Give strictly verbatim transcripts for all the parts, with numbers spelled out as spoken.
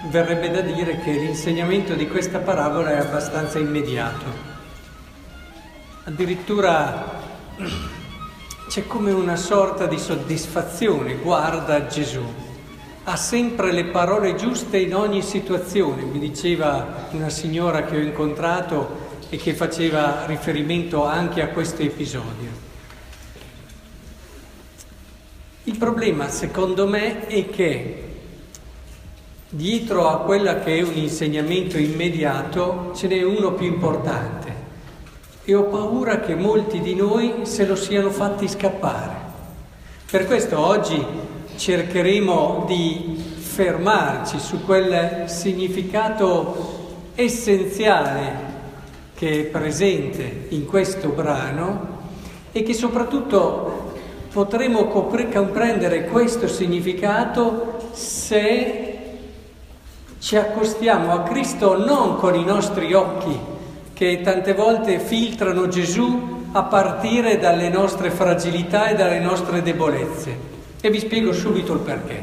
verrebbe da dire che l'insegnamento di questa parabola è abbastanza immediato. Addirittura c'è come una sorta di soddisfazione, guarda Gesù, ha sempre le parole giuste in ogni situazione, mi diceva una signora che ho incontrato e che faceva riferimento anche a questo episodio. Il problema, secondo me, è che dietro a quella che è un insegnamento immediato ce n'è uno più importante e ho paura che molti di noi se lo siano fatti scappare. Per questo oggi cercheremo di fermarci su quel significato essenziale che è presente in questo brano e che soprattutto potremo comprendere questo significato se ci accostiamo a Cristo non con i nostri occhi, che tante volte filtrano Gesù a partire dalle nostre fragilità e dalle nostre debolezze. E vi spiego subito il perché.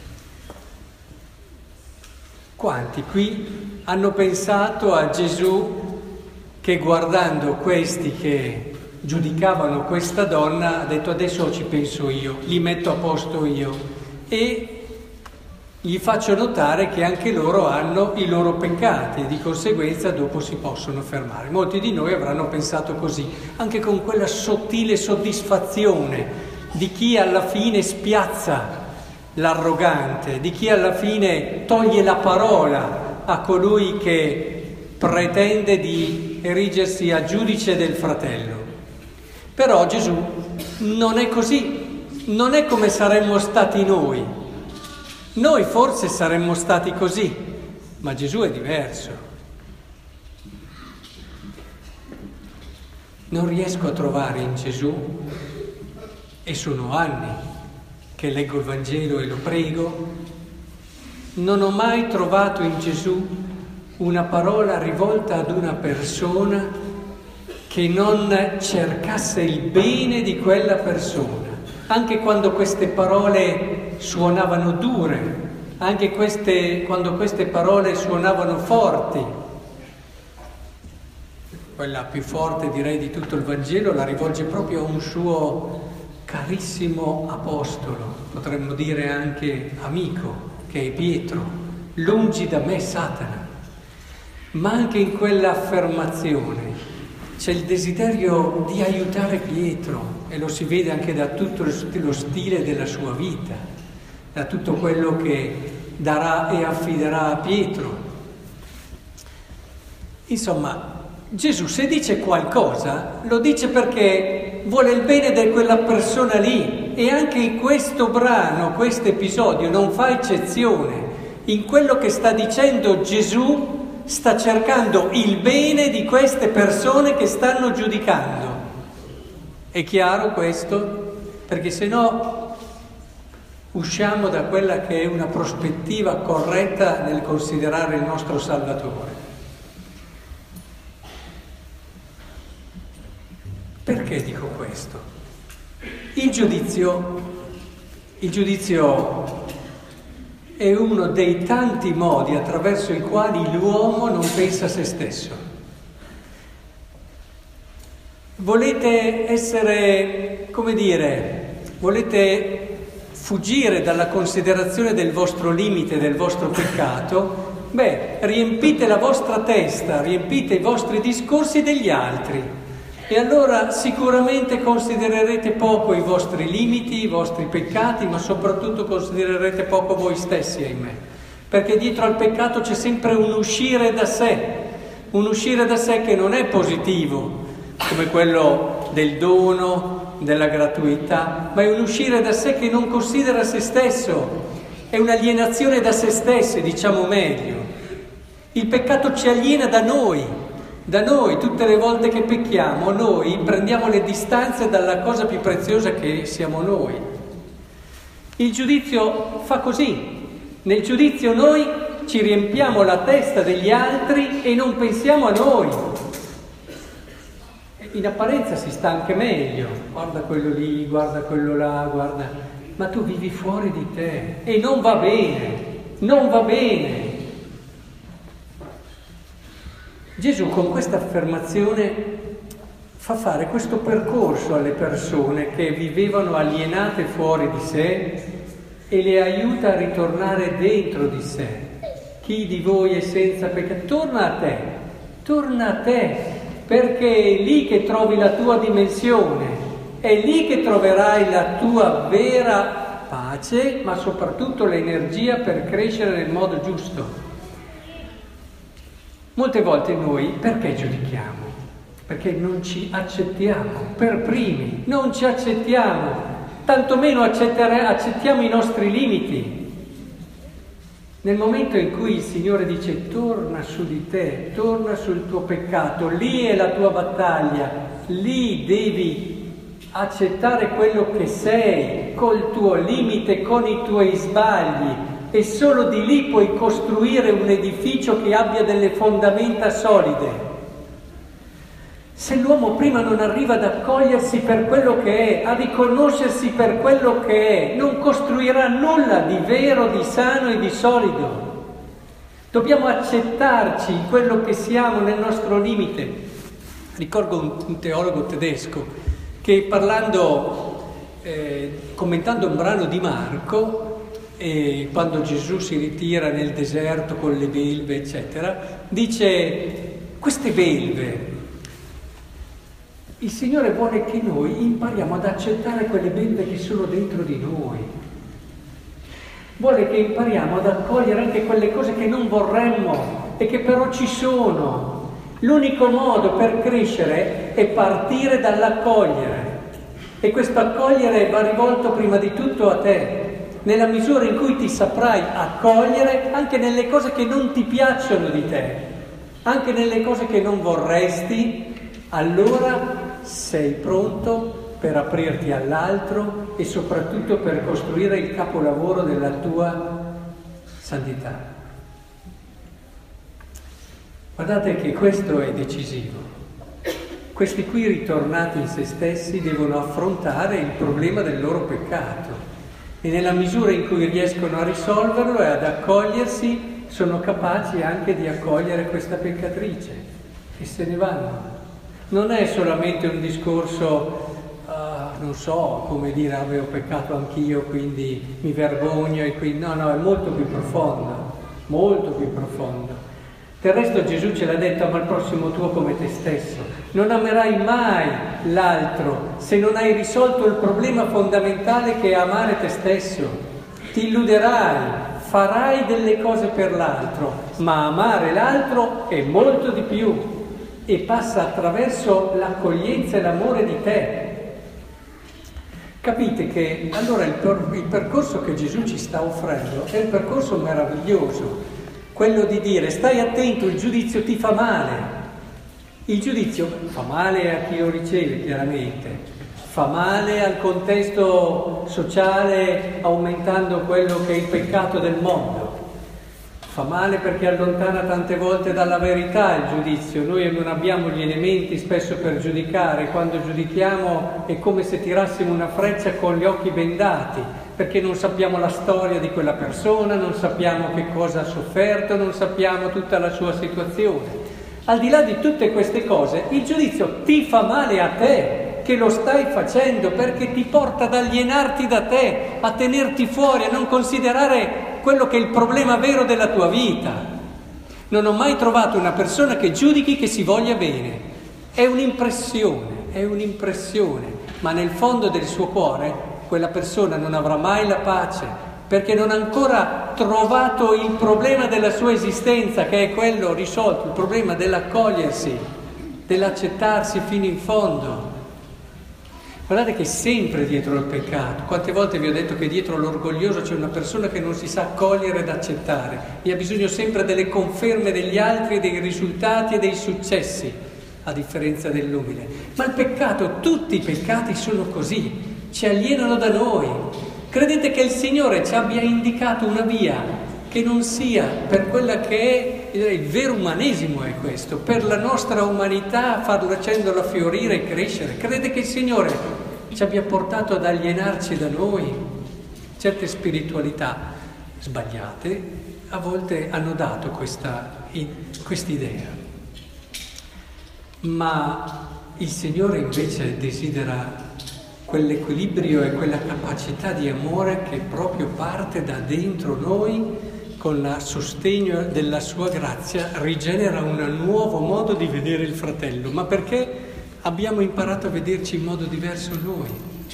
Quanti qui hanno pensato a Gesù che guardando questi che giudicavano questa donna ha detto adesso ci penso io, li metto a posto io e gli faccio notare che anche loro hanno i loro peccati e di conseguenza dopo si possono fermare. Molti di noi avranno pensato così, anche con quella sottile soddisfazione di chi alla fine spiazza l'arrogante, di chi alla fine toglie la parola a colui che pretende di erigersi a giudice del fratello. Però Gesù non è così, non è come saremmo stati noi. Noi forse saremmo stati così, ma Gesù è diverso. Non riesco a trovare in Gesù, e sono anni che leggo il Vangelo e lo prego, non ho mai trovato in Gesù una parola rivolta ad una persona che non cercasse il bene di quella persona, anche quando queste parole suonavano dure, anche queste, quando queste parole suonavano forti. Quella più forte, direi, di tutto il Vangelo la rivolge proprio a un suo carissimo apostolo, potremmo dire anche amico, che è Pietro. Lungi da me Satana. Ma anche in quell'affermazione c'è il desiderio di aiutare Pietro e lo si vede anche da tutto lo stile della sua vita, da tutto quello che darà e affiderà a Pietro. Insomma, Gesù se dice qualcosa lo dice perché vuole il bene di quella persona lì e anche in questo brano, questo episodio non fa eccezione. In quello che sta dicendo Gesù sta cercando il bene di queste persone che stanno giudicando. È chiaro questo? Perché se no usciamo da quella che è una prospettiva corretta nel considerare il nostro Salvatore. Perché dico questo? Il giudizio, il giudizio è uno dei tanti modi attraverso i quali l'uomo non pensa a se stesso. Volete essere, come dire, volete fuggire dalla considerazione del vostro limite, del vostro peccato? Beh, riempite la vostra testa, riempite i vostri discorsi degli altri. E allora sicuramente considererete poco i vostri limiti, i vostri peccati, ma soprattutto considererete poco voi stessi, ahimè. Perché dietro al peccato c'è sempre un uscire da sé, un uscire da sé che non è positivo, come quello del dono, della gratuità, ma è un uscire da sé che non considera se stesso, è un'alienazione da se stessi, diciamo meglio. Il peccato ci aliena da noi. Da noi, tutte le volte che pecchiamo, noi prendiamo le distanze dalla cosa più preziosa che siamo noi. Il giudizio fa così. Nel giudizio noi ci riempiamo la testa degli altri e non pensiamo a noi. In apparenza si sta anche meglio. Guarda quello lì, guarda quello là, guarda... Ma tu vivi fuori di te e non va bene, non va bene. Gesù con questa affermazione fa fare questo percorso alle persone che vivevano alienate fuori di sé e le aiuta a ritornare dentro di sé. Chi di voi è senza peccato? Torna a te, torna a te, perché è lì che trovi la tua dimensione, è lì che troverai la tua vera pace, ma soprattutto l'energia per crescere nel modo giusto. Molte volte noi perché giudichiamo? Perché non ci accettiamo, per primi, non ci accettiamo, tantomeno accettiamo i nostri limiti. Nel momento in cui il Signore dice torna su di te, torna sul tuo peccato, lì è la tua battaglia, lì devi accettare quello che sei, col tuo limite, con i tuoi sbagli, e solo di lì puoi costruire un edificio che abbia delle fondamenta solide. Se l'uomo prima non arriva ad accogliersi per quello che è, a riconoscersi per quello che è, non costruirà nulla di vero, di sano e di solido. Dobbiamo accettarci in quello che siamo, nel nostro limite. Ricordo un, un teologo tedesco che parlando, eh, commentando un brano di Marco, e quando Gesù si ritira nel deserto con le belve, eccetera, dice: queste belve, il Signore vuole che noi impariamo ad accettare quelle belve che sono dentro di noi. Vuole che impariamo ad accogliere anche quelle cose che non vorremmo e che però ci sono. L'unico modo per crescere è partire dall'accogliere. E questo accogliere va rivolto prima di tutto a te. Nella misura in cui ti saprai accogliere anche nelle cose che non ti piacciono di te, anche nelle cose che non vorresti, allora sei pronto per aprirti all'altro e soprattutto per costruire il capolavoro della tua santità. Guardate che questo è decisivo. Questi qui ritornati in se stessi devono affrontare il problema del loro peccato e nella misura in cui riescono a risolverlo e ad accogliersi sono capaci anche di accogliere questa peccatrice e se ne vanno. Non è solamente un discorso, uh, non so, come dire, avevo peccato anch'io, quindi mi vergogno e quindi... No, no, è molto più profondo, molto più profondo. Del resto Gesù ce l'ha detto: ama il prossimo tuo come te stesso. Non amerai mai l'altro se non hai risolto il problema fondamentale che è amare te stesso. Ti illuderai, farai delle cose per l'altro, ma amare l'altro è molto di più. E passa attraverso l'accoglienza e l'amore di te. Capite che allora il, per, il percorso che Gesù ci sta offrendo è un percorso meraviglioso, quello di dire: stai attento, il giudizio ti fa male. Il giudizio fa male a chi lo riceve, chiaramente, fa male al contesto sociale, aumentando quello che è il peccato del mondo. Fa male perché allontana tante volte dalla verità il giudizio. Noi non abbiamo gli elementi spesso per giudicare. Quando giudichiamo è come se tirassimo una freccia con gli occhi bendati, perché non sappiamo la storia di quella persona, non sappiamo che cosa ha sofferto, non sappiamo tutta la sua situazione. Al di là di tutte queste cose, il giudizio ti fa male a te, che lo stai facendo, perché ti porta ad alienarti da te, a tenerti fuori, a non considerare quello che è il problema vero della tua vita. Non ho mai trovato una persona che giudichi che si voglia bene. È un'impressione, è un'impressione, ma nel fondo del suo cuore quella persona non avrà mai la pace, perché non ha ancora trovato il problema della sua esistenza, che è quello risolto, il problema dell'accogliersi, dell'accettarsi fino in fondo. Guardate che sempre dietro il peccato, quante volte vi ho detto che dietro l'orgoglioso c'è una persona che non si sa accogliere ed accettare e ha bisogno sempre delle conferme degli altri, dei risultati e dei successi, a differenza dell'umile. Ma il peccato, tutti i peccati sono così, ci alienano da noi. Credete che il Signore ci abbia indicato una via che non sia per quella che è il vero umanesimo, è questo, per la nostra umanità, facendola fiorire e crescere. Credete che il Signore ci abbia portato ad alienarci da noi? Certe spiritualità sbagliate a volte hanno dato questa idea. ma il Signore invece desidera quell'equilibrio e quella capacità di amore che proprio parte da dentro noi, con il sostegno della sua grazia, rigenera un nuovo modo di vedere il fratello, ma perché abbiamo imparato a vederci in modo diverso noi.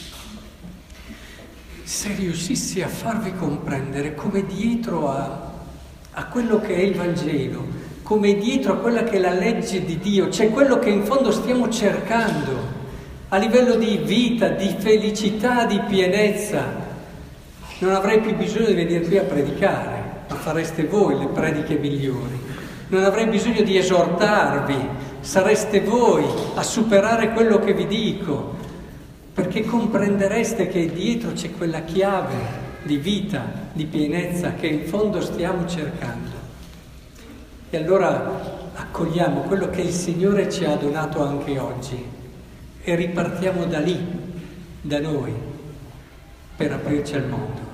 Se riuscissi a farvi comprendere come dietro a, a quello che è il Vangelo, come dietro a quella che è la legge di Dio, c'è quello che in fondo stiamo cercando, a livello di vita, di felicità, di pienezza, non avrei più bisogno di venire qui a predicare, ma fareste voi le prediche migliori. Non avrei bisogno di esortarvi, sareste voi a superare quello che vi dico, perché comprendereste che dietro c'è quella chiave di vita, di pienezza che in fondo stiamo cercando. E allora accogliamo quello che il Signore ci ha donato anche oggi e ripartiamo da lì, da noi, per aprirci al mondo.